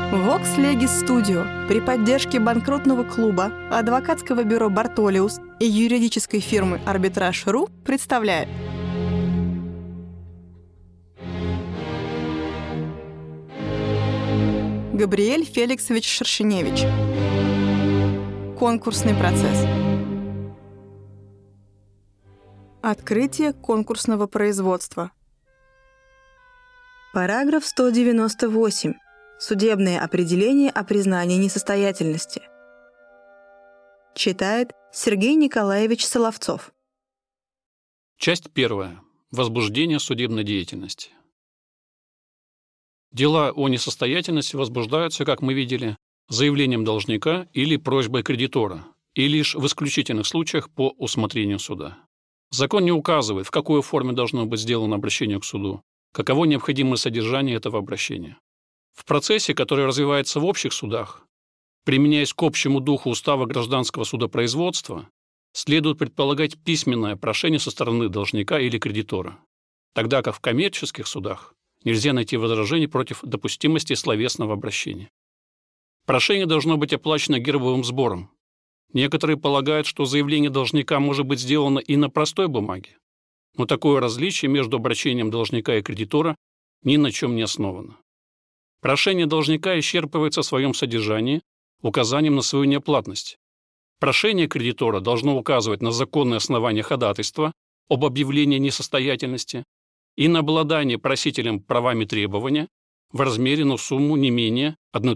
Vox Legis Studio при поддержке банкротного клуба, адвокатского бюро «Бартолиус» и юридической фирмы «Арбитраж.ру» представляет Габриэль Феликсович Шершеневич. Конкурсный процесс. Открытие конкурсного производства. Параграф 198. Судебное определение о признании несостоятельности. Читает Сергей Николаевич Соловцов. Часть 1. Возбуждение судебной деятельности. Дела о несостоятельности возбуждаются, как мы видели, заявлением должника или просьбой кредитора, и лишь в исключительных случаях по усмотрению суда. Закон не указывает, в какой форме должно быть сделано обращение к суду, каково необходимое содержание этого обращения. В процессе, который развивается в общих судах, применяясь к общему духу устава гражданского судопроизводства, следует предполагать письменное прошение со стороны должника или кредитора, тогда как в коммерческих судах нельзя найти возражений против допустимости словесного обращения. Прошение должно быть оплачено гербовым сбором. Некоторые полагают, что заявление должника может быть сделано и на простой бумаге, но такое различие между обращением должника и кредитора ни на чем не основано. Прошение должника исчерпывается в своем содержании указанием на свою неоплатность. Прошение кредитора должно указывать на законные основания ходатайства об объявлении несостоятельности и на обладание просителем правами требования в размере на сумму не менее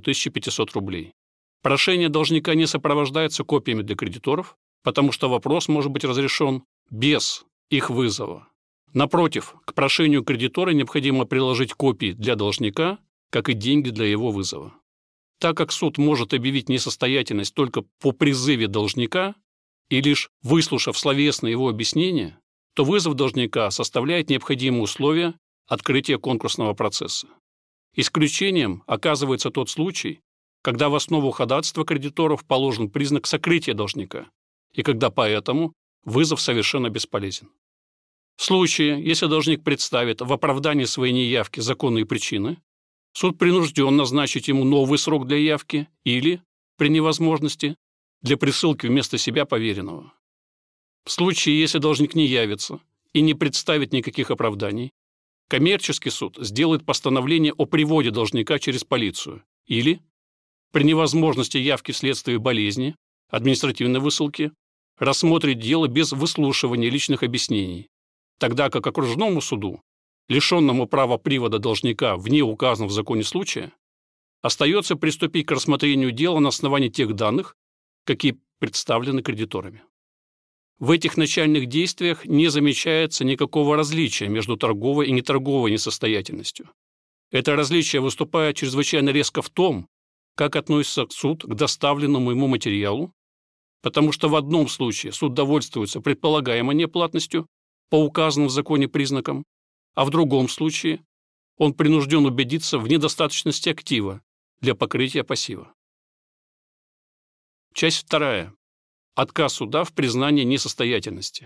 1500 рублей. Прошение должника не сопровождается копиями для кредиторов, потому что вопрос может быть разрешен без их вызова. Напротив, к прошению кредитора необходимо приложить копии для должника, как и деньги для его вызова. Так как суд может объявить несостоятельность только по призыве должника и лишь выслушав словесно его объяснение, то вызов должника составляет необходимые условия открытия конкурсного процесса. Исключением оказывается тот случай, когда в основу ходатайства кредиторов положен признак сокрытия должника, и когда поэтому вызов совершенно бесполезен. В случае, если должник представит в оправдании своей неявки законные причины, суд принужден назначить ему новый срок для явки или, при невозможности, для присылки вместо себя поверенного. В случае, если должник не явится и не представит никаких оправданий, коммерческий суд сделает постановление о приводе должника через полицию или, при невозможности явки вследствие болезни, административной высылки, рассмотрит дело без выслушивания личных объяснений, тогда как окружному суду, лишенному права привода должника вне указанного в законе случая, остается приступить к рассмотрению дела на основании тех данных, какие представлены кредиторами. В этих начальных действиях не замечается никакого различия между торговой и неторговой несостоятельностью. Это различие выступает чрезвычайно резко в том, как относится суд к доставленному ему материалу, потому что в одном случае суд довольствуется предполагаемой неоплатностью по указанным в законе признакам, а в другом случае он принужден убедиться в недостаточности актива для покрытия пассива. Часть 2. Отказ суда в признании несостоятельности.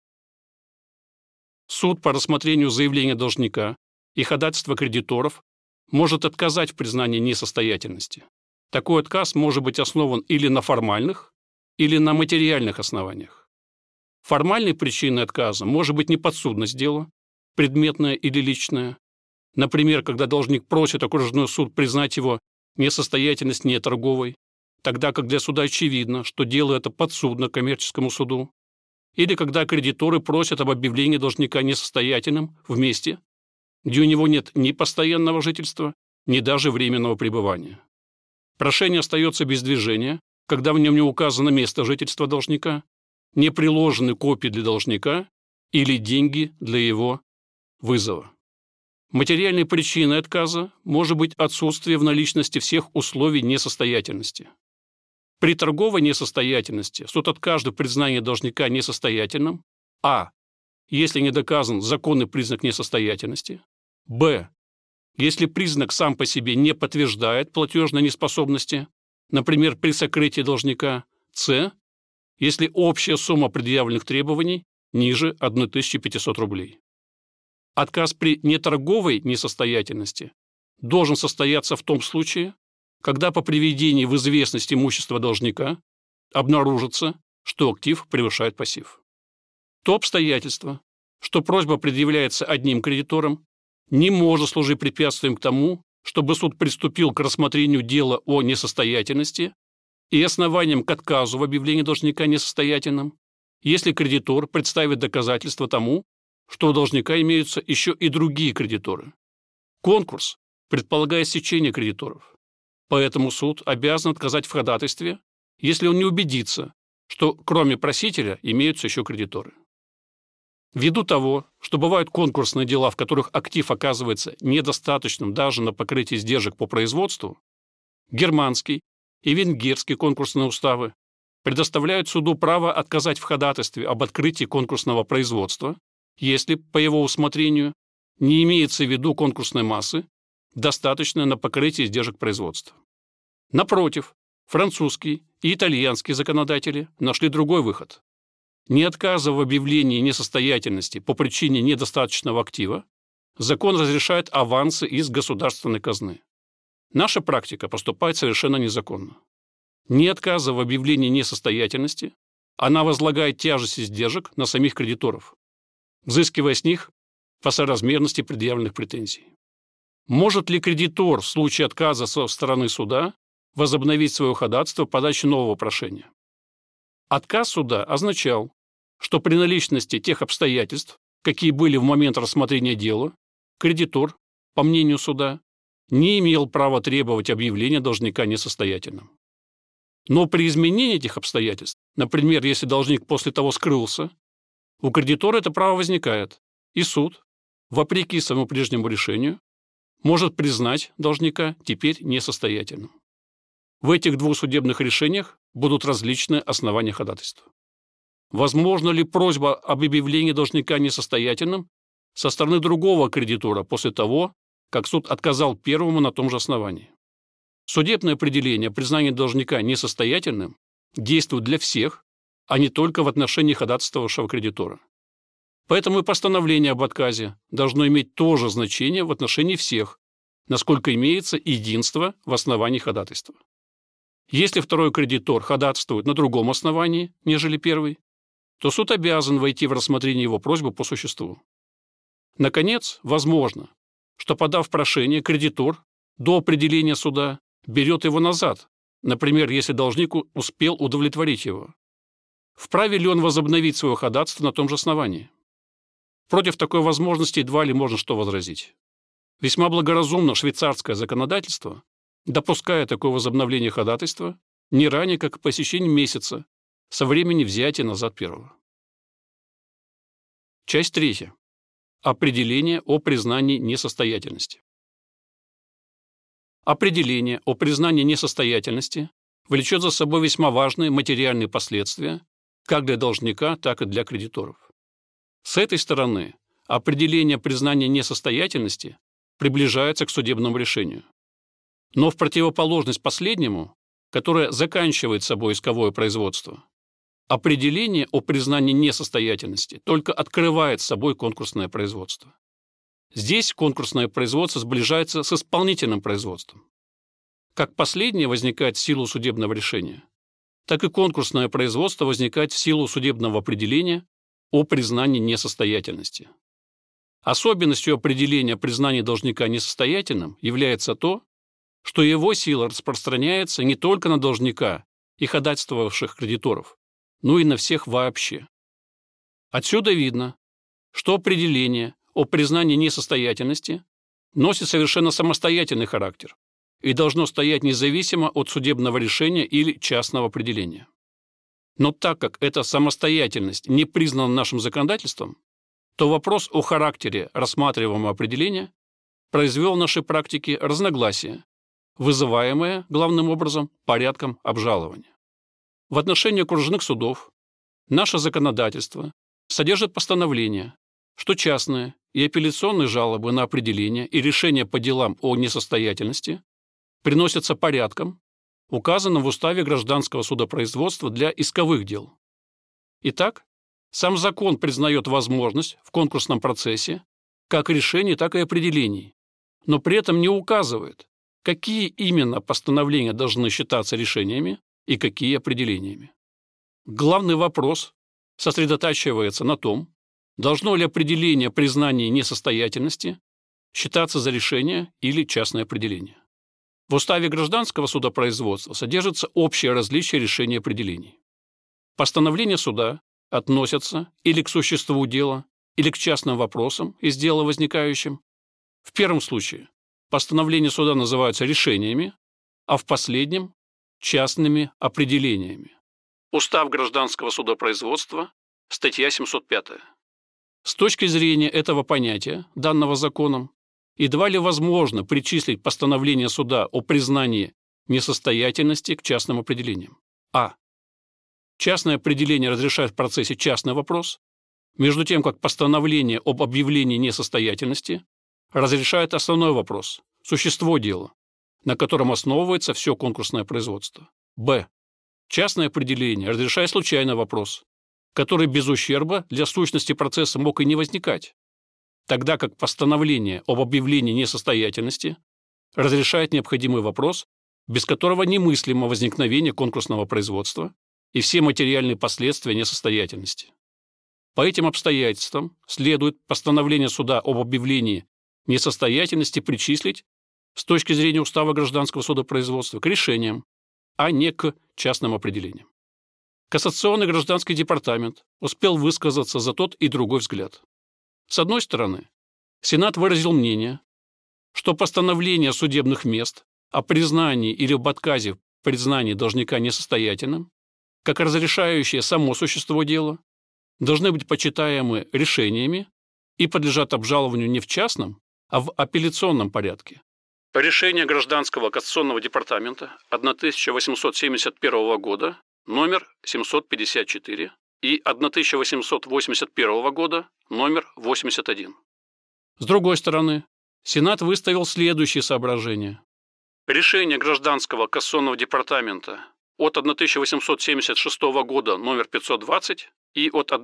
Суд по рассмотрению заявления должника и ходатайства кредиторов может отказать в признании несостоятельности. Такой отказ может быть основан или на формальных, или на материальных основаниях. Формальной причиной отказа может быть неподсудность дела, предметное или личное. Например, когда должник просит окружной суд признать его несостоятельность неторговой, тогда как для суда очевидно, что дело это подсудно коммерческому суду. Или когда кредиторы просят об объявлении должника несостоятельным в месте, где у него нет ни постоянного жительства, ни даже временного пребывания. Прошение остается без движения, когда в нем не указано место жительства должника, не приложены копии для должника или деньги для его вызова. Материальной причиной отказа может быть отсутствие в наличности всех условий несостоятельности. При торговой несостоятельности суд откажет в признании должника несостоятельным: а. если не доказан законный признак несостоятельности, б. если признак сам по себе не подтверждает платежной неспособности, например, при сокрытии должника, с. если общая сумма предъявленных требований ниже 1500 рублей. Отказ при неторговой несостоятельности должен состояться в том случае, когда по приведении в известность имущества должника обнаружится, что актив превышает пассив. То обстоятельство, что просьба предъявляется одним кредитором, не может служить препятствием к тому, чтобы суд приступил к рассмотрению дела о несостоятельности и основанием к отказу в объявлении должника несостоятельным, если кредитор представит доказательства тому, что у должника имеются еще и другие кредиторы. Конкурс предполагает стечение кредиторов, поэтому суд обязан отказать в ходатайстве, если он не убедится, что кроме просителя имеются еще кредиторы. Ввиду того, что бывают конкурсные дела, в которых актив оказывается недостаточным даже на покрытие издержек по производству, германский и венгерский конкурсные уставы предоставляют суду право отказать в ходатайстве об открытии конкурсного производства, если, по его усмотрению, не имеется в виду конкурсной массы, достаточной на покрытие издержек производства. Напротив, французский и итальянские законодатели нашли другой выход. Не отказывая в объявлении несостоятельности по причине недостаточного актива, закон разрешает авансы из государственной казны. Наша практика поступает совершенно незаконно. Не отказывая в объявлении несостоятельности, она возлагает тяжесть издержек на самих кредиторов, взыскивая с них по соразмерности предъявленных претензий. Может ли кредитор в случае отказа со стороны суда возобновить свое ходатайство в подаче нового прошения? Отказ суда означал, что при наличности тех обстоятельств, какие были в момент рассмотрения дела, кредитор, по мнению суда, не имел права требовать объявления должника несостоятельным. Но при изменении этих обстоятельств, например, если должник после того скрылся, у кредитора это право возникает, и суд, вопреки своему прежнему решению, может признать должника теперь несостоятельным. В этих двух судебных решениях будут различные основания ходатайства. Возможно ли просьба об объявлении должника несостоятельным со стороны другого кредитора после того, как суд отказал первому на том же основании? Судебное определение признания должника несостоятельным действует для всех, а не только в отношении ходатайствовавшего кредитора. Поэтому и постановление об отказе должно иметь то же значение в отношении всех, насколько имеется единство в основании ходатайства. Если второй кредитор ходатайствует на другом основании, нежели первый, то суд обязан войти в рассмотрение его просьбы по существу. Наконец, возможно, что, подав прошение, кредитор до определения суда берет его назад, например, если должник успел удовлетворить его. Вправе ли он возобновить свое ходатайство на том же основании? Против такой возможности едва ли можно что возразить. Весьма благоразумно швейцарское законодательство допуская такое возобновление ходатайства не ранее, как по истечении месяца со времени взятия назад первого. Часть 3. Определение о признании несостоятельности. Определение о признании несостоятельности влечет за собой весьма важные материальные последствия как для должника, так и для кредиторов. С этой стороны определение признания несостоятельности приближается к судебному решению. Но в противоположность последнему, которое заканчивает собой исковое производство, определение о признании несостоятельности только открывает собой конкурсное производство. Здесь конкурсное производство сближается с исполнительным производством. Как последнее возникает в силу судебного решения, так и конкурсное производство возникает в силу судебного определения о признании несостоятельности. Особенностью определения признания должника несостоятельным является то, что его сила распространяется не только на должника и ходатайствовавших кредиторов, но и на всех вообще. Отсюда видно, что определение о признании несостоятельности носит совершенно самостоятельный характер и должно стоять независимо от судебного решения или частного определения. Но так как эта самостоятельность не признана нашим законодательством, то вопрос о характере рассматриваемого определения произвел в нашей практике разногласия, вызываемое, главным образом, порядком обжалования. В отношении окружных судов наше законодательство содержит постановление, что частные и апелляционные жалобы на определение и решения по делам о несостоятельности приносятся порядком, указанным в Уставе гражданского судопроизводства для исковых дел. Итак, сам закон признает возможность в конкурсном процессе как решений, так и определений, но при этом не указывает, какие именно постановления должны считаться решениями и какие определениями. Главный вопрос сосредотачивается на том, должно ли определение признания несостоятельности считаться за решение или частное определение. В уставе гражданского судопроизводства содержится общее различие решений и определений. Постановления суда относятся или к существу дела, или к частным вопросам из дела возникающим. В первом случае постановления суда называются решениями, а в последнем – частными определениями. Устав гражданского судопроизводства, статья 705. С точки зрения этого понятия, данного законом, едва ли возможно причислить постановление суда о признании несостоятельности к частным определениям. А. Частное определение разрешает в процессе частный вопрос, между тем как постановление об объявлении несостоятельности разрешает основной вопрос – существо дела, на котором основывается все конкурсное производство. Б. Частное определение разрешает случайный вопрос, который без ущерба для сущности процесса мог и не возникать, тогда как постановление об объявлении несостоятельности разрешает необходимый вопрос, без которого немыслимо возникновение конкурсного производства и все материальные последствия несостоятельности. По этим обстоятельствам следует постановление суда об объявлении несостоятельности причислить с точки зрения Устава гражданского судопроизводства к решениям, а не к частным определениям. Кассационный гражданский департамент успел высказаться за тот и другой взгляд. С одной стороны, Сенат выразил мнение, что постановление судебных мест о признании или об отказе в признании должника несостоятельным, как разрешающее само существо дела, должны быть почитаемы решениями и подлежат обжалованию не в частном, а в апелляционном порядке. Решение Гражданского кассационного департамента 1871 года, номер 754, и 1881 года, номер 81. С другой стороны, Сенат выставил следующие соображения. Решение Гражданского кассационного департамента от 1876 года, номер 520, и от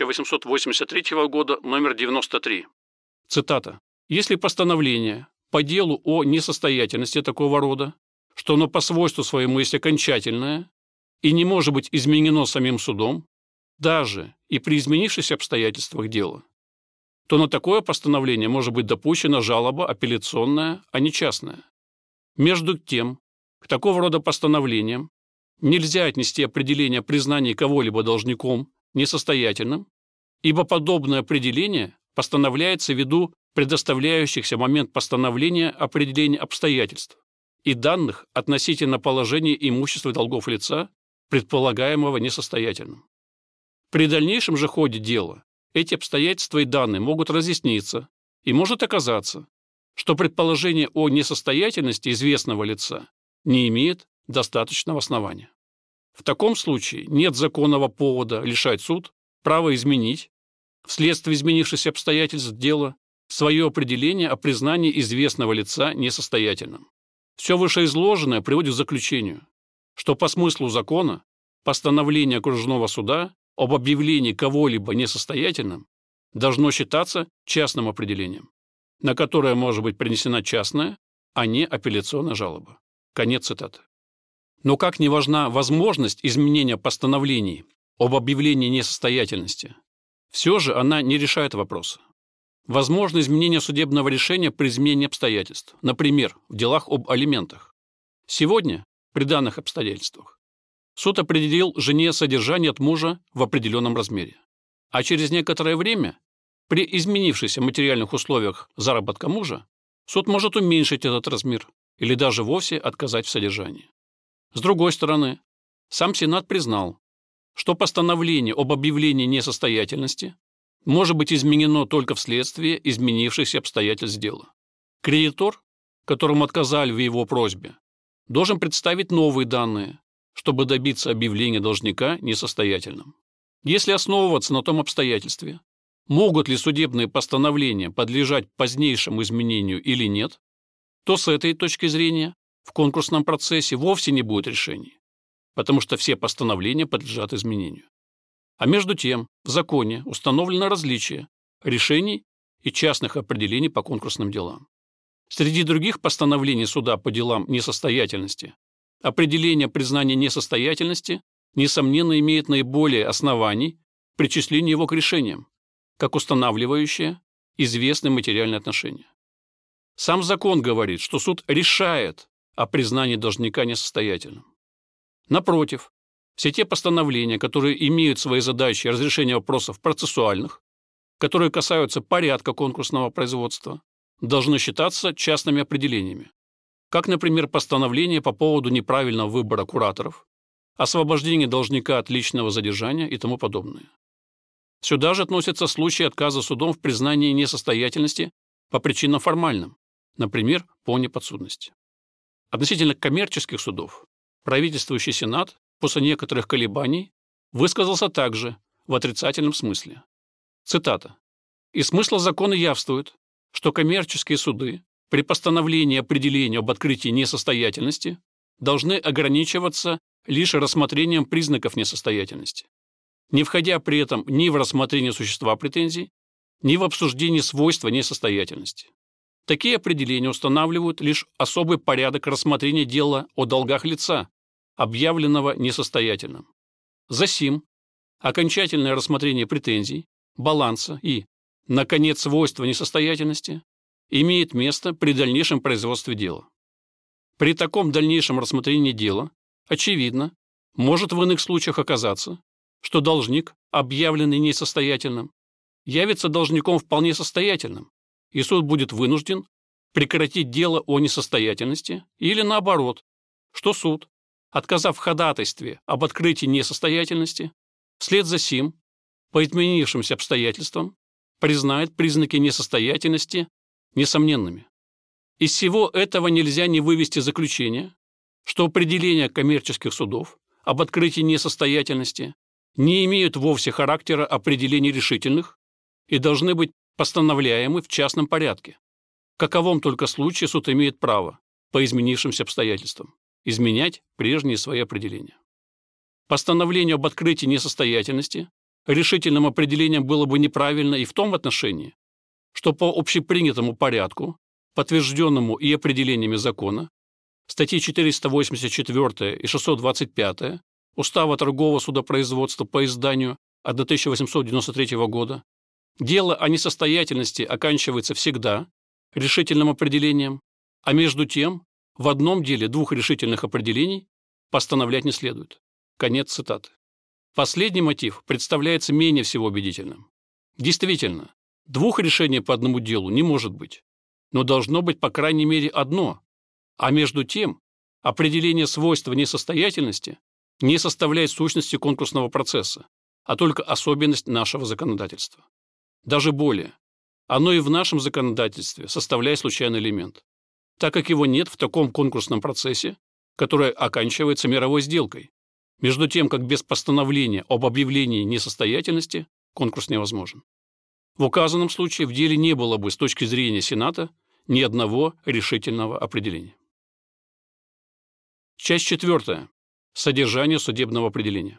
1883 года, номер 93. Цитата. «Если постановление по делу о несостоятельности такого рода, что оно по свойству своему есть окончательное и не может быть изменено самим судом, даже и при изменившихся обстоятельствах дела, то на такое постановление может быть допущена жалоба апелляционная, а не частная. Между тем, к такого рода постановлениям нельзя отнести определение о признании кого-либо должником несостоятельным, ибо подобное определение постановляется ввиду предоставляющихся в момент постановления определения обстоятельств и данных относительно положения имущества и долгов лица, предполагаемого несостоятельным. При дальнейшем же ходе дела эти обстоятельства и данные могут разъясниться, и может оказаться, что предположение о несостоятельности известного лица не имеет достаточного основания. В таком случае нет законного повода лишать суд права изменить, вследствие изменившихся обстоятельств дела, свое определение о признании известного лица несостоятельным. Все вышеизложенное приводит к заключению, что по смыслу закона постановление окружного суда об объявлении кого-либо несостоятельным должно считаться частным определением, на которое может быть принесена частная, а не апелляционная жалоба. Конец цитаты. Но как не важна возможность изменения постановлений об объявлении несостоятельности, все же она не решает вопроса. Возможно изменение судебного решения при изменении обстоятельств, например, в делах об алиментах. Сегодня, при данных обстоятельствах, суд определил жене содержание от мужа в определенном размере, а через некоторое время, при изменившихся материальных условиях заработка мужа, суд может уменьшить этот размер или даже вовсе отказать в содержании. С другой стороны, сам Сенат признал, что постановление об объявлении несостоятельности может быть изменено только вследствие изменившихся обстоятельств дела. Кредитор, которому отказали в его просьбе, должен представить новые данные, чтобы добиться объявления должника несостоятельным. Если основываться на том обстоятельстве, могут ли судебные постановления подлежать позднейшему изменению или нет, то с этой точки зрения в конкурсном процессе вовсе не будет решений, потому что все постановления подлежат изменению. А между тем в законе установлено различие решений и частных определений по конкурсным делам. Среди других постановлений суда по делам несостоятельности определение признания несостоятельности, несомненно, имеет наиболее оснований к причислению его к решениям, как устанавливающее известные материальные отношения. Сам закон говорит, что суд решает о признании должника несостоятельным. Напротив, все те постановления, которые имеют своей задачей разрешение вопросов процессуальных, которые касаются порядка конкурсного производства, должны считаться частными определениями, как, например, постановление по поводу неправильного выбора кураторов, освобождение должника от личного задержания и тому подобное. Сюда же относятся случаи отказа судом в признании несостоятельности по причинам формальным, например, по неподсудности. Относительно коммерческих судов правительствующий Сенат после некоторых колебаний высказался также в отрицательном смысле. Цитата. «Из смысла закона явствует, что коммерческие суды при постановлении определения об открытии несостоятельности должны ограничиваться лишь рассмотрением признаков несостоятельности, не входя при этом ни в рассмотрение существа претензий, ни в обсуждение свойства несостоятельности. Такие определения устанавливают лишь особый порядок рассмотрения дела о долгах лица, объявленного несостоятельным. Засим окончательное рассмотрение претензий, баланса и, наконец, свойства несостоятельности имеет место при дальнейшем производстве дела. При таком дальнейшем рассмотрении дела, очевидно, может в иных случаях оказаться, что должник, объявленный несостоятельным, явится должником вполне состоятельным, и суд будет вынужден прекратить дело о несостоятельности или наоборот, что суд, отказав в ходатайстве об открытии несостоятельности, вслед за сим, по изменившимся обстоятельствам, признает признаки несостоятельности несомненными. Из всего этого нельзя не вывести заключение, что определения коммерческих судов об открытии несостоятельности не имеют вовсе характера определений решительных и должны быть постановляемы в частном порядке. В каковом только случае суд имеет право, по изменившимся обстоятельствам, изменять прежние свои определения. Постановление об открытии несостоятельности решительным определением было бы неправильно и в том отношении, что по общепринятому порядку, подтвержденному и определениями закона, статьи 484 и 625 Устава торгового судопроизводства по изданию 1893 года, дело о несостоятельности оканчивается всегда решительным определением, а между тем в одном деле двух решительных определений постановлять не следует. Конец цитаты. Последний мотив представляется менее всего убедительным. Действительно, двух решений по одному делу не может быть, но должно быть по крайней мере одно, а между тем определение свойства несостоятельности не составляет сущности конкурсного процесса, а только особенность нашего законодательства. Даже более, оно и в нашем законодательстве составляет случайный элемент, так как его нет в таком конкурсном процессе, который оканчивается мировой сделкой, между тем, как без постановления об объявлении несостоятельности конкурс невозможен. В указанном случае в деле не было бы с точки зрения Сената ни одного решительного определения. Часть 4. Содержание судебного определения.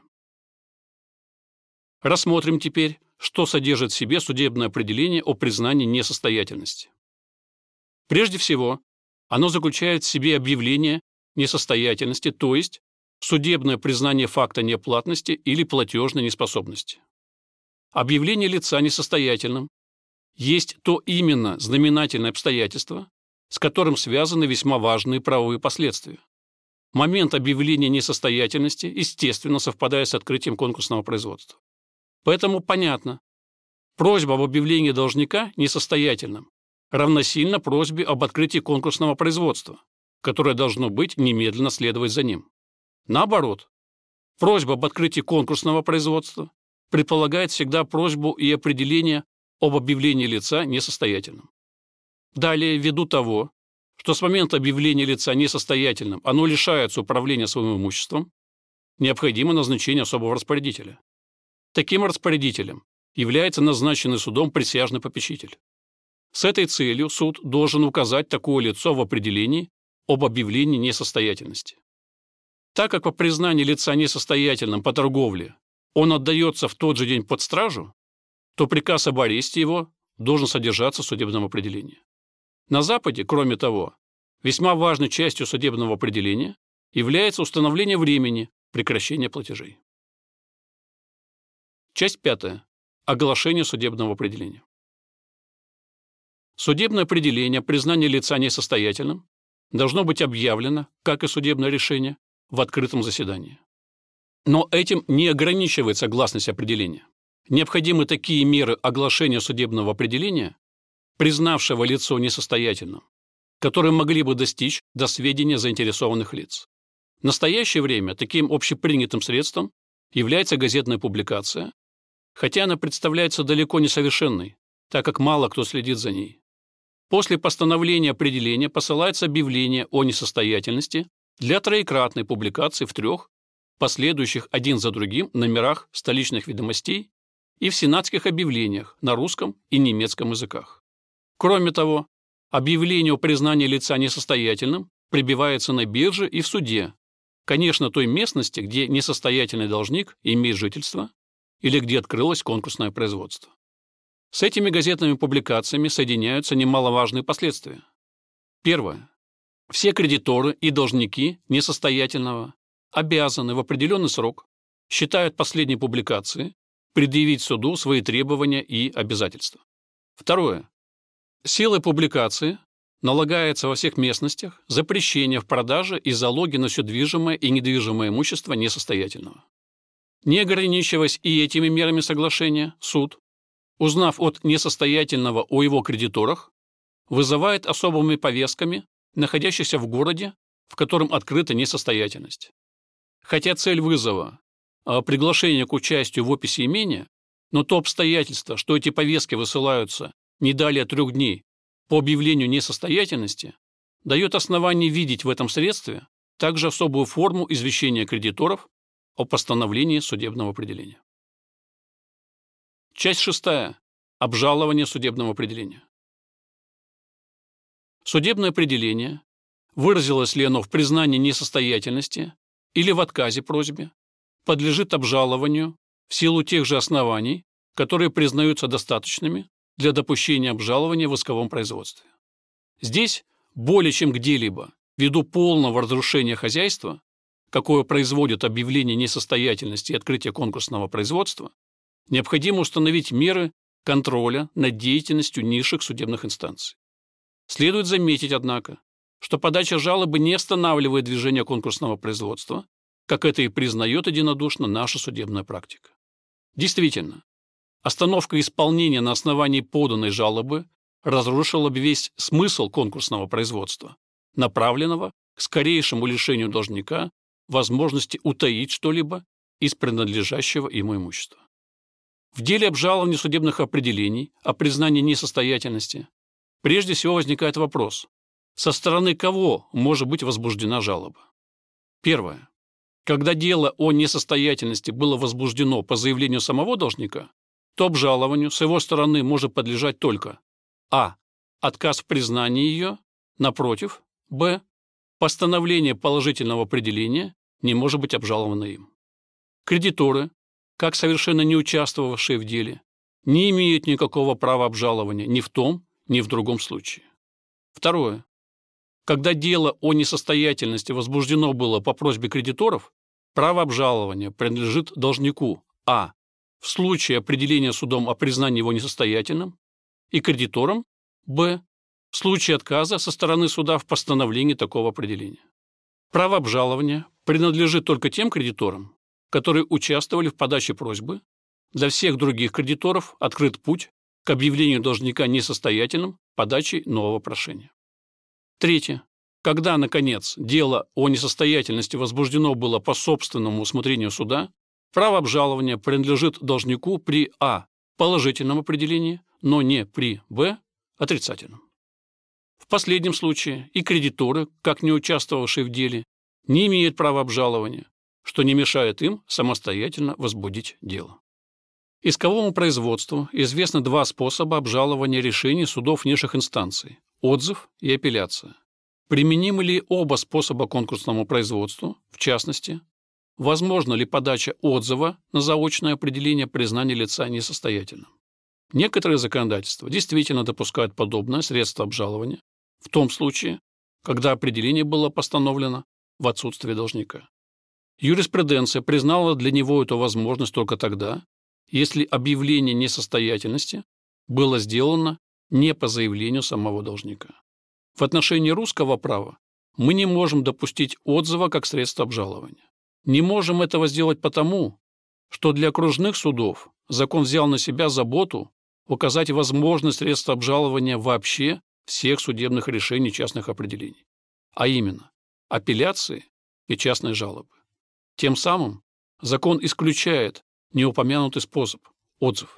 Рассмотрим теперь, что содержит в себе судебное определение о признании несостоятельности. Прежде всего, оно заключает в себе объявление несостоятельности, то есть судебное признание факта неоплатности или платежной неспособности. Объявление лица несостоятельным есть то именно знаменательное обстоятельство, с которым связаны весьма важные правовые последствия. Момент объявления несостоятельности, естественно, совпадает с открытием конкурсного производства. Поэтому понятно, просьба об объявлении должника несостоятельным равносильно просьбе об открытии конкурсного производства, которое должно быть немедленно следовать за ним. Наоборот, просьба об открытии конкурсного производства предполагает всегда просьбу и определение об объявлении лица несостоятельным. Далее, ввиду того, что с момента объявления лица несостоятельным оно лишается управления своим имуществом, необходимо назначение особого распорядителя. Таким распорядителем является назначенный судом присяжный попечитель. С этой целью суд должен указать такое лицо в определении об объявлении несостоятельности. Так как по признанию лица несостоятельным по торговле он отдается в тот же день под стражу, то приказ об аресте его должен содержаться в судебном определении. На Западе, кроме того, весьма важной частью судебного определения является установление времени прекращения платежей. Часть 5. Оглашение судебного определения. Судебное определение о признании лица несостоятельным должно быть объявлено, как и судебное решение, в открытом заседании. Но этим не ограничивается гласность определения. Необходимы такие меры оглашения судебного определения, признавшего лицо несостоятельным, которые могли бы достичь до сведения заинтересованных лиц. В настоящее время таким общепринятым средством является газетная публикация, хотя она представляется далеко не совершенной, так как мало кто следит за ней. После постановления определения посылается объявление о несостоятельности для троекратной публикации в 3 последующих один за другим номерах столичных ведомостей и в сенатских объявлениях на русском и немецком языках. Кроме того, объявление о признании лица несостоятельным прибивается на бирже и в суде, конечно, той местности, где несостоятельный должник имеет жительство или где открылось конкурсное производство. С этими газетными публикациями соединяются немаловажные последствия. Первое. Все кредиторы и должники несостоятельного обязаны в определенный срок, считают последней публикации, предъявить суду свои требования и обязательства. Второе. Силой публикации налагается во всех местностях запрещение в продаже и залоге на все движимое и недвижимое имущество несостоятельного. Не ограничиваясь и этими мерами соглашения, суд, узнав от несостоятельного о его кредиторах, вызывает особыми повестками находящихся в городе, в котором открыта несостоятельность. Хотя цель вызова – приглашение к участию в описи имения, но то обстоятельство, что эти повестки высылаются не далее 3 дней по объявлению несостоятельности, дает основание видеть в этом средстве также особую форму извещения кредиторов о постановлении судебного определения. Часть 6. Обжалование судебного определения. Судебное определение, выразилось ли оно в признании несостоятельности или в отказе просьбе, подлежит обжалованию в силу тех же оснований, которые признаются достаточными для допущения обжалования в исковом производстве. Здесь, более чем где-либо, ввиду полного разрушения хозяйства, какое производит объявление несостоятельности и открытие конкурсного производства, необходимо установить меры контроля над деятельностью низших судебных инстанций. Следует заметить, однако, что подача жалобы не останавливает движение конкурсного производства, как это и признает единодушно наша судебная практика. Действительно, остановка исполнения на основании поданной жалобы разрушила бы весь смысл конкурсного производства, направленного к скорейшему лишению должника возможности утаить что-либо из принадлежащего ему имущества. В деле обжалования судебных определений о признании несостоятельности прежде всего возникает вопрос, со стороны кого может быть возбуждена жалоба. Первое. Когда дело о несостоятельности было возбуждено по заявлению самого должника, то обжалованию с его стороны может подлежать только а. Отказ в признании ее, напротив, б. Постановление положительного определения не может быть обжаловано им. Кредиторы, как совершенно не участвовавшие в деле, не имеют никакого права обжалования ни в том, ни в другом случае. Второе. Когда дело о несостоятельности возбуждено было по просьбе кредиторов, право обжалования принадлежит должнику а. в случае определения судом о признании его несостоятельным и кредиторам б. в случае отказа со стороны суда в постановлении такого определения. Право обжалования принадлежит только тем кредиторам, которые участвовали в подаче просьбы. Для всех других кредиторов открыт путь к объявлению должника несостоятельным подачей нового прошения. Третье. Когда, наконец, дело о несостоятельности возбуждено было по собственному усмотрению суда, право обжалования принадлежит должнику при а. положительном определении, но не при б. отрицательном. В последнем случае и кредиторы, как не участвовавшие в деле, не имеют права обжалования, что не мешает им самостоятельно возбудить дело. Исковому производству известны 2 способа обжалования решений судов низших инстанций – отзыв и апелляция. Применимы ли оба способа конкурсному производству, в частности, возможно ли подача отзыва на заочное определение признания лица несостоятельным? Некоторые законодательства действительно допускают подобное средство обжалования, в том случае, когда определение было постановлено в отсутствие должника. Юриспруденция признала для него эту возможность только тогда, если объявление несостоятельности было сделано не по заявлению самого должника. В отношении русского права мы не можем допустить отзыва как средство обжалования. Не можем этого сделать потому, что для окружных судов закон взял на себя заботу указать возможность средства обжалования вообще всех судебных решений частных определений, а именно апелляции и частные жалобы. Тем самым закон исключает неупомянутый способ – отзыв.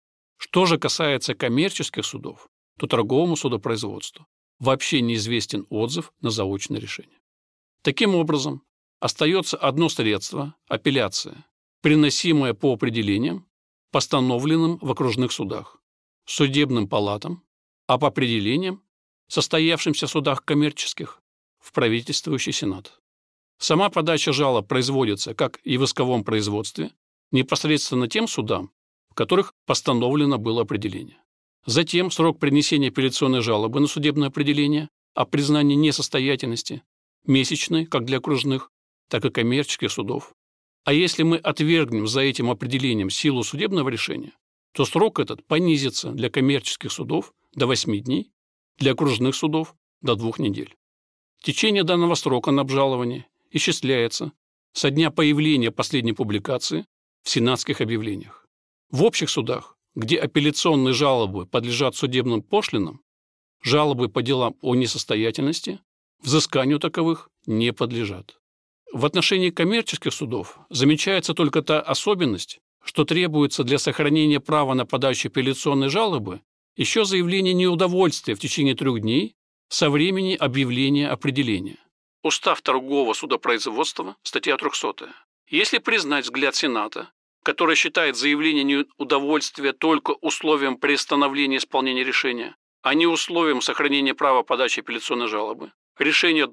Что же касается коммерческих судов, то торговому судопроизводству вообще неизвестен отзыв на заочное решение. Таким образом, остается одно средство – апелляция, приносимая по определениям, постановленным в окружных судах, судебным палатам, а по определениям, состоявшимся в судах коммерческих, в правительствующий сенат. Сама подача жалоб производится, как и в исковом производстве, непосредственно тем судам, в которых постановлено было определение. Затем срок принесения апелляционной жалобы на судебное определение о признании несостоятельности месячный, как для окружных, так и коммерческих судов. А если мы отвергнем за этим определением силу судебного решения, то срок этот понизится для коммерческих судов до 8 дней, для окружных судов до 2 недель. Течение данного срока на обжалование исчисляется со дня появления последней публикации в сенатских объявлениях. В общих судах, где апелляционные жалобы подлежат судебным пошлинам, жалобы по делам о несостоятельности взысканию таковых не подлежат. В отношении коммерческих судов замечается только та особенность, что требуется для сохранения права на подачу апелляционной жалобы еще заявление неудовольствия в течение 3 дней со времени объявления определения. Устав торгового судопроизводства, статья 300. Если признать взгляд Сената, который считает заявление неудовольствия только условием приостановления исполнения решения, а не условием сохранения права подачи апелляционной жалобы, решение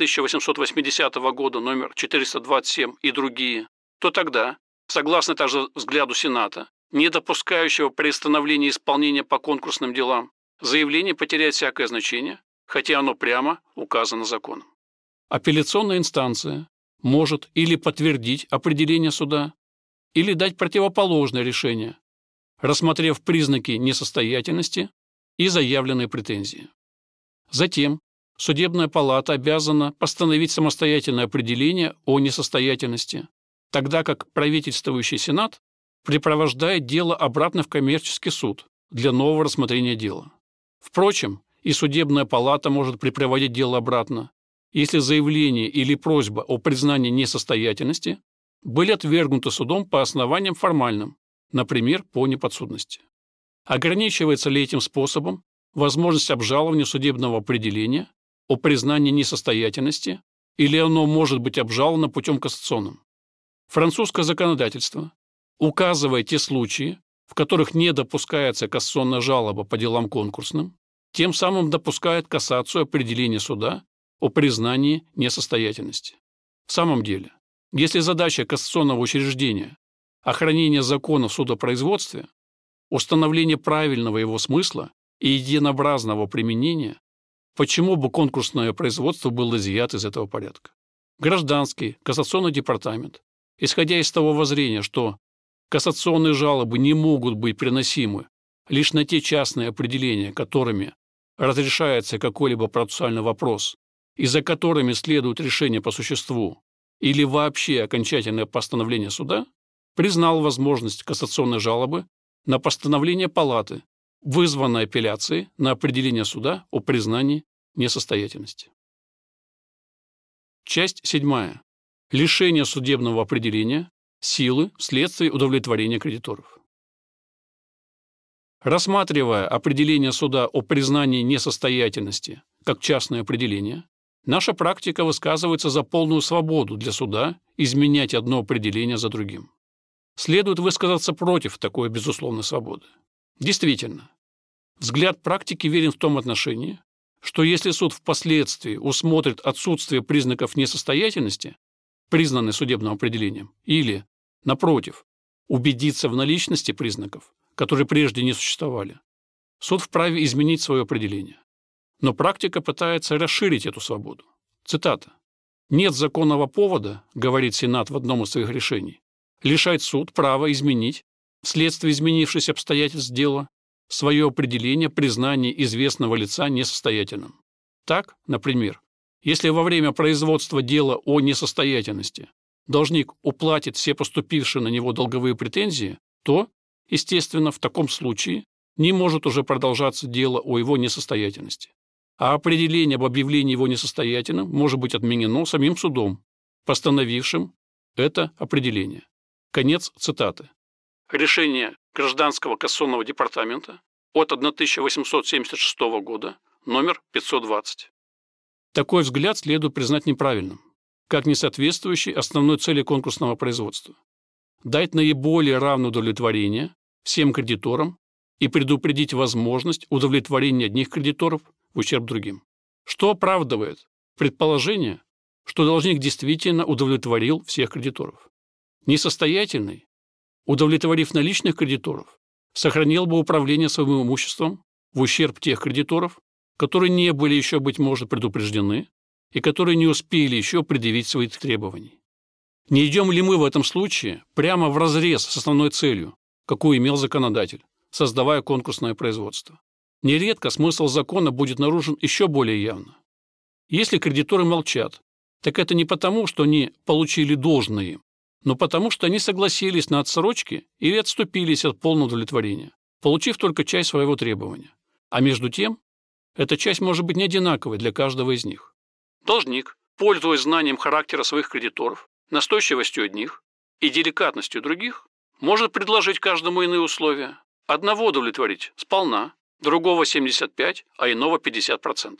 1880 года номер 427 и другие, то тогда, согласно также взгляду Сената, не допускающего приостановления исполнения по конкурсным делам, заявление потеряет всякое значение, хотя оно прямо указано законом. Апелляционная инстанция может или подтвердить определение суда, или дать противоположное решение, рассмотрев признаки несостоятельности и заявленные претензии. Затем судебная палата обязана постановить самостоятельное определение о несостоятельности, тогда как правительствующий Сенат припровождает дело обратно в коммерческий суд для нового рассмотрения дела. Впрочем, и судебная палата может припроводить дело обратно, если заявление или просьба о признании несостоятельности были отвергнуты судом по основаниям формальным, например, по неподсудности. Ограничивается ли этим способом возможность обжалования судебного определения о признании несостоятельности, или оно может быть обжаловано путем кассационным? Французское законодательство, указывая те случаи, в которых не допускается кассационная жалоба по делам конкурсным, тем самым допускает кассацию определения суда о признании несостоятельности. В самом деле, если задача кассационного учреждения – охранение закона в судопроизводстве, установление правильного его смысла и единообразного применения, почему бы конкурсное производство было изъято из этого порядка? Гражданский кассационный департамент, исходя из того воззрения, что кассационные жалобы не могут быть приносимы лишь на те частные определения, которыми разрешается какой-либо процессуальный вопрос и за которыми следует решение по существу или вообще окончательное постановление суда, признал возможность кассационной жалобы на постановление палаты, вызванной апелляцией на определение суда о признании несостоятельности. Часть 7. Лишение судебного определения силы вследствие удовлетворения кредиторов. Рассматривая определение суда о признании несостоятельности как частное определение, наша практика высказывается за полную свободу для суда изменять одно определение за другим. Следует высказаться против такой безусловной свободы. Действительно, взгляд практики верен в том отношении, что если суд впоследствии усмотрит отсутствие признаков несостоятельности, признанной судебным определением, или, напротив, убедиться в наличности признаков, которые прежде не существовали, суд вправе изменить свое определение. Но практика пытается расширить эту свободу. Цитата. «Нет законного повода, — говорит Сенат в одном из своих решений, — лишать суд права изменить, вследствие изменившихся обстоятельств дела, свое определение признания известного лица несостоятельным. Так, например, если во время производства дела о несостоятельности должник уплатит все поступившие на него долговые претензии, то, естественно, в таком случае не может уже продолжаться дело о его несостоятельности. А определение об объявлении его несостоятельным может быть отменено самим судом, постановившим это определение». Конец цитаты. Решение Гражданского кассационного департамента от 1876 года, номер 520. Такой взгляд следует признать неправильным, как не соответствующий основной цели конкурсного производства – дать наиболее равное удовлетворение всем кредиторам и предупредить возможность удовлетворения одних кредиторов в ущерб другим, что оправдывает предположение, что должник действительно удовлетворил всех кредиторов. Несостоятельный, удовлетворив наличных кредиторов, сохранил бы управление своим имуществом в ущерб тех кредиторов, которые не были еще, быть может, предупреждены и которые не успели еще предъявить свои требования. Не идем ли мы в этом случае прямо вразрез с основной целью, какую имел законодатель, создавая конкурсное производство? Нередко смысл закона будет нарушен еще более явно. Если кредиторы молчат, так это не потому, что они получили должное им, но потому, что они согласились на отсрочки или отступились от полного удовлетворения, получив только часть своего требования. А между тем, эта часть может быть не одинаковой для каждого из них. Должник, пользуясь знанием характера своих кредиторов, настойчивостью одних и деликатностью других, может предложить каждому иные условия. Одного удовлетворить сполна, другого 75%, а иного 50%.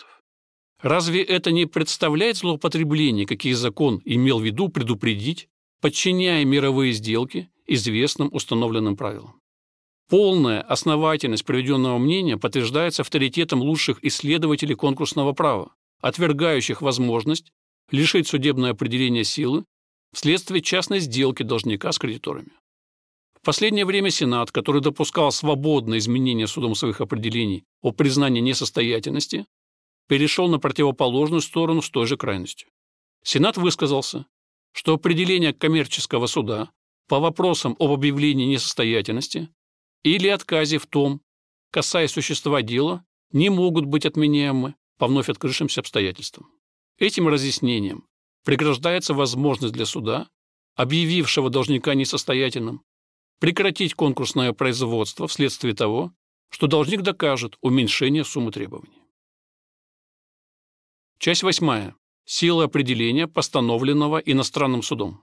Разве это не представляет злоупотребление, каких закон имел в виду предупредить, подчиняя мировые сделки известным установленным правилам? Полная основательность приведенного мнения подтверждается авторитетом лучших исследователей конкурсного права, отвергающих возможность лишить судебное определение силы вследствие частной сделки должника с кредиторами. В последнее время Сенат, который допускал свободное изменение судом своих определений о признании несостоятельности, перешел на противоположную сторону с той же крайностью. Сенат высказался, что определение коммерческого суда по вопросам об объявлении несостоятельности или отказе в том, касаясь существа дела, не могут быть отменяемы по вновь открывшимся обстоятельствам. Этим разъяснением преграждается возможность для суда, объявившего должника несостоятельным, прекратить конкурсное производство вследствие того, что должник докажет уменьшение суммы требований. Часть 8. Сила определения, постановленного иностранным судом.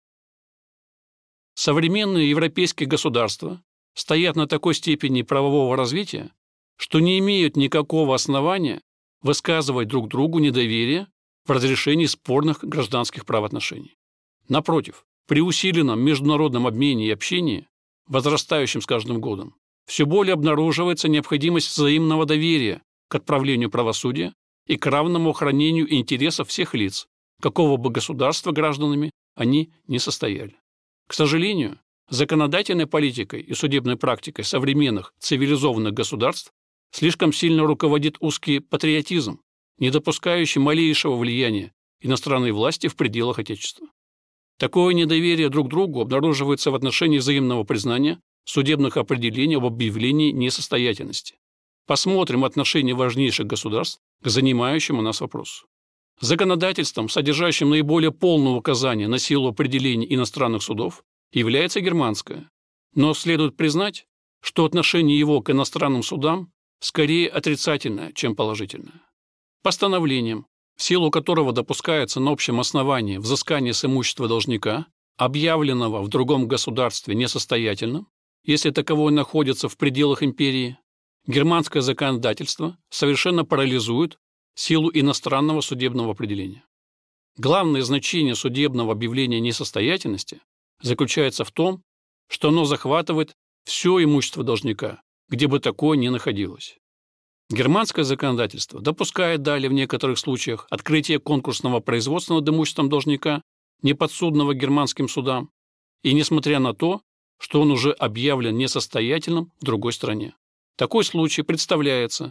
Современные европейские государства стоят на такой степени правового развития, что не имеют никакого основания высказывать друг другу недоверие в разрешении спорных гражданских правоотношений. Напротив, при усиленном международном обмене и общении, возрастающем с каждым годом, все более обнаруживается необходимость взаимного доверия к отправлению правосудия и к равному охранению интересов всех лиц, какого бы государства гражданами они не состояли. К сожалению, законодательной политикой и судебной практикой современных цивилизованных государств слишком сильно руководит узкий патриотизм, не допускающий малейшего влияния иностранной власти в пределах Отечества. Такое недоверие друг к другу обнаруживается в отношении взаимного признания судебных определений об объявлении несостоятельности. Посмотрим отношение важнейших государств к занимающему нас вопросу. Законодательством, содержащим наиболее полное указание на силу определений иностранных судов, является германское, но следует признать, что отношение его к иностранным судам скорее отрицательное, чем положительное. Постановлением, в силу которого допускается на общем основании взыскание с имущества должника, объявленного в другом государстве несостоятельным, если таковое находится в пределах империи, германское законодательство совершенно парализует силу иностранного судебного определения. Главное значение судебного объявления несостоятельности заключается в том, что оно захватывает все имущество должника, где бы такое ни находилось. Германское законодательство допускает далее в некоторых случаях открытие конкурсного производства над имуществом должника, неподсудного германским судам, и несмотря на то, что он уже объявлен несостоятельным в другой стране. Такой случай представляется,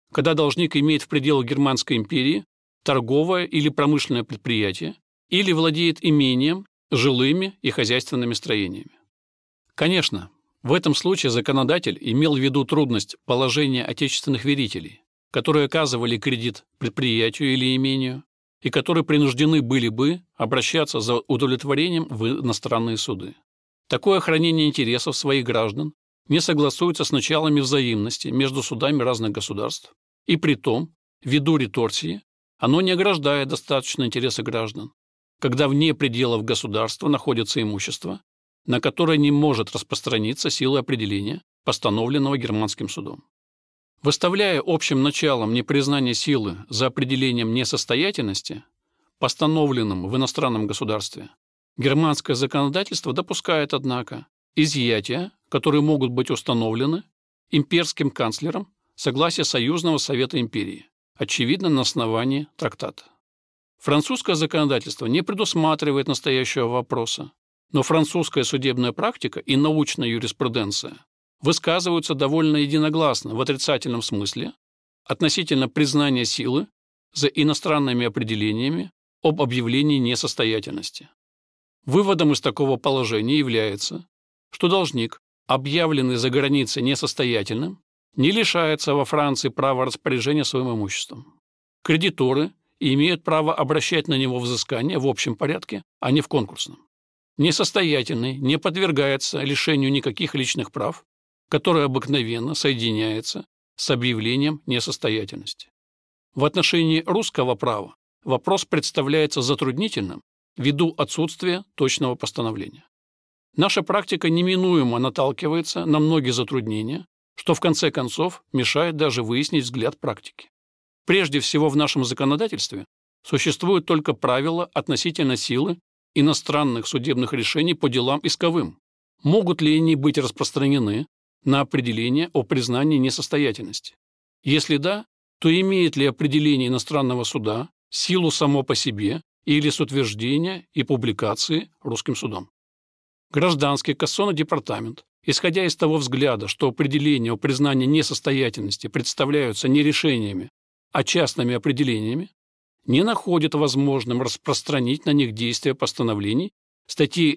когда должник имеет в пределах Германской империи торговое или промышленное предприятие или владеет имением, жилыми и хозяйственными строениями. Конечно, в этом случае законодатель имел в виду трудность положения отечественных верителей, которые оказывали кредит предприятию или имению и которые принуждены были бы обращаться за удовлетворением в иностранные суды. Такое хранение интересов своих граждан не согласуется с началами взаимности между судами разных государств, и притом, ввиду реторсии, оно не ограждает достаточно интересы граждан, когда вне пределов государства находится имущество, на которое не может распространиться силой определения, постановленного германским судом. Выставляя общим началом непризнание силы за определением несостоятельности, постановленным в иностранном государстве, германское законодательство допускает, однако, изъятия, которые могут быть установлены имперским канцлером согласия Союзного Совета Империи, очевидно, на основании трактата. Французское законодательство не предусматривает настоящего вопроса, но французская судебная практика и научная юриспруденция высказываются довольно единогласно в отрицательном смысле относительно признания силы за иностранными определениями об объявлении несостоятельности. Выводом из такого положения является, что должник, объявленный за границей несостоятельным, не лишается во Франции права распоряжения своим имуществом. Кредиторы имеют право обращать на него взыскание в общем порядке, а не в конкурсном. Несостоятельный не подвергается лишению никаких личных прав, которое обыкновенно соединяется с объявлением несостоятельности. В отношении русского права вопрос представляется затруднительным ввиду отсутствия точного постановления. Наша практика неминуемо наталкивается на многие затруднения, что в конце концов мешает даже выяснить взгляд практики. Прежде всего в нашем законодательстве существуют только правила относительно силы иностранных судебных решений по делам исковым. Могут ли они быть распространены на определение о признании несостоятельности? Если да, то имеет ли определение иностранного суда силу само по себе или с утверждения и публикации русским судом? Гражданский кассационный департамент, исходя из того взгляда, что определения о признании несостоятельности представляются не решениями, а частными определениями, не находит возможным распространить на них действия постановлений статей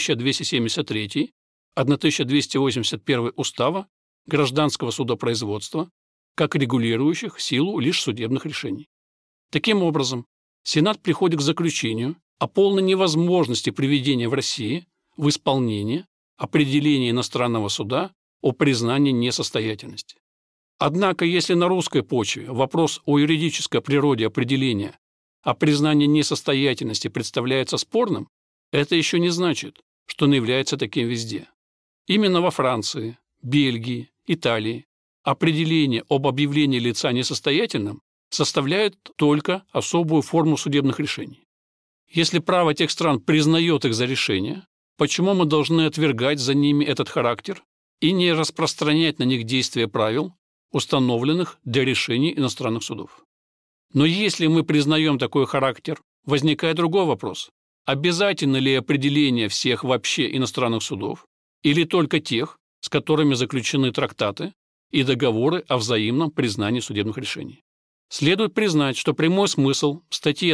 1273, 1281 Устава Гражданского судопроизводства, как регулирующих силу лишь судебных решений. Таким образом, Сенат приходит к заключению о полной невозможности приведения в России в исполнение определения иностранного суда о признании несостоятельности. Однако, если на русской почве вопрос о юридической природе определения о признании несостоятельности представляется спорным, это еще не значит, что он является таким везде. Именно во Франции, Бельгии, Италии определение об объявлении лица несостоятельным составляет только особую форму судебных решений. Если право тех стран признает их за решение, почему мы должны отвергать за ними этот характер и не распространять на них действия правил, установленных для решений иностранных судов? Но если мы признаем такой характер, возникает другой вопрос. Обязательно ли определение всех вообще иностранных судов или только тех, с которыми заключены трактаты и договоры о взаимном признании судебных решений? Следует признать, что прямой смысл статьи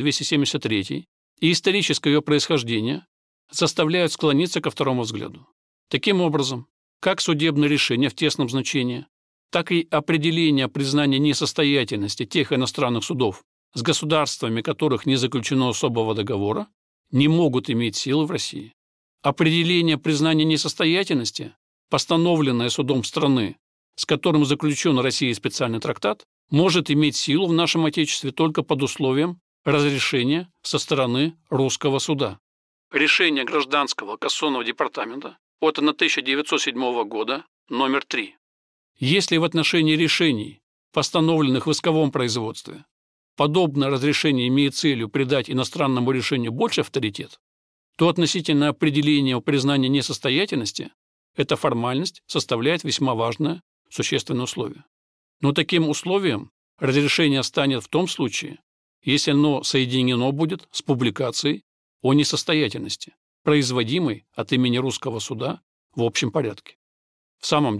1273 и историческое ее происхождение заставляют склониться ко второму взгляду. Таким образом, как судебное решение в тесном значении, так и определение о признании несостоятельности тех иностранных судов, с государствами которых не заключено особого договора, не могут иметь силы в России. Определение признания несостоятельности, постановленное судом страны, с которым заключен Россией специальный трактат, может иметь силу в нашем Отечестве только под условием разрешения со стороны русского суда. Решение Гражданского кассационного департамента от 1907 года, номер 3. Если в отношении решений, постановленных в исковом производстве, подобное разрешение имеет целью придать иностранному решению больше авторитет, то относительно определения о признании несостоятельности эта формальность составляет весьма важное, существенное условие. Но таким условием разрешение станет в том случае, если оно соединено будет с публикацией о несостоятельности, производимой от имени русского суда в общем порядке. В самом деле,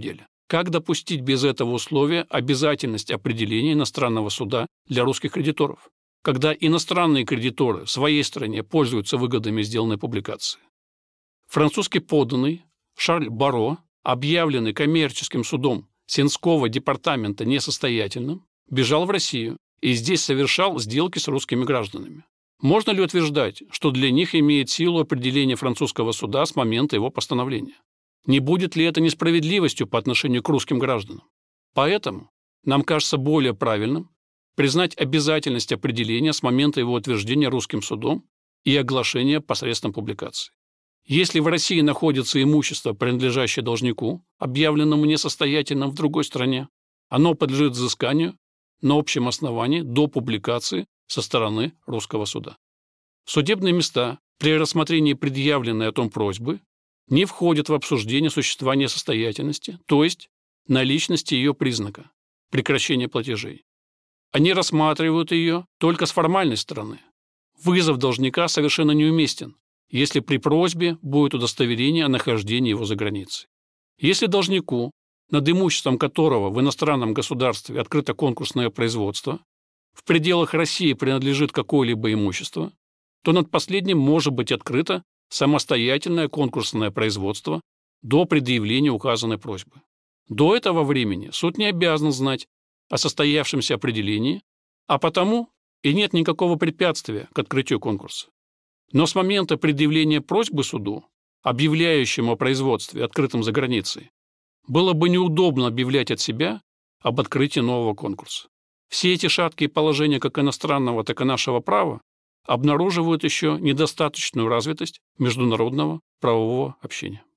как допустить без этого условия обязательность определения иностранного суда для русских кредиторов, когда иностранные кредиторы в своей стране пользуются выгодами сделанной публикации? Французский подданный Шарль Баро, объявленный коммерческим судом Сенского департамента несостоятельным, бежал в Россию и здесь совершал сделки с русскими гражданами. Можно ли утверждать, что для них имеет силу определение французского суда с момента его постановления? Не будет ли это несправедливостью по отношению к русским гражданам? Поэтому нам кажется более правильным признать обязательность определения с момента его утверждения русским судом и оглашения посредством публикации. Если в России находится имущество, принадлежащее должнику, объявленному несостоятельным в другой стране, оно подлежит взысканию на общем основании до публикации со стороны русского суда. Судебные места при рассмотрении предъявленной о том просьбы не входят в обсуждение существования состоятельности, то есть наличности ее признака – прекращения платежей. Они рассматривают ее только с формальной стороны. Вызов должника совершенно неуместен, если при просьбе будет удостоверение о нахождении его за границей. Если должнику, над имуществом которого в иностранном государстве открыто конкурсное производство, в пределах России принадлежит какое-либо имущество, то над последним может быть открыто самостоятельное конкурсное производство до предъявления указанной просьбы. До этого времени суд не обязан знать о состоявшемся определении, а потому и нет никакого препятствия к открытию конкурса. Но с момента предъявления просьбы суду, объявляющему о производстве, открытом за границей, было бы неудобно объявлять от себя об открытии нового конкурса. Все эти шаткие положения как иностранного, так и нашего права обнаруживают еще недостаточную развитость международного правового общения.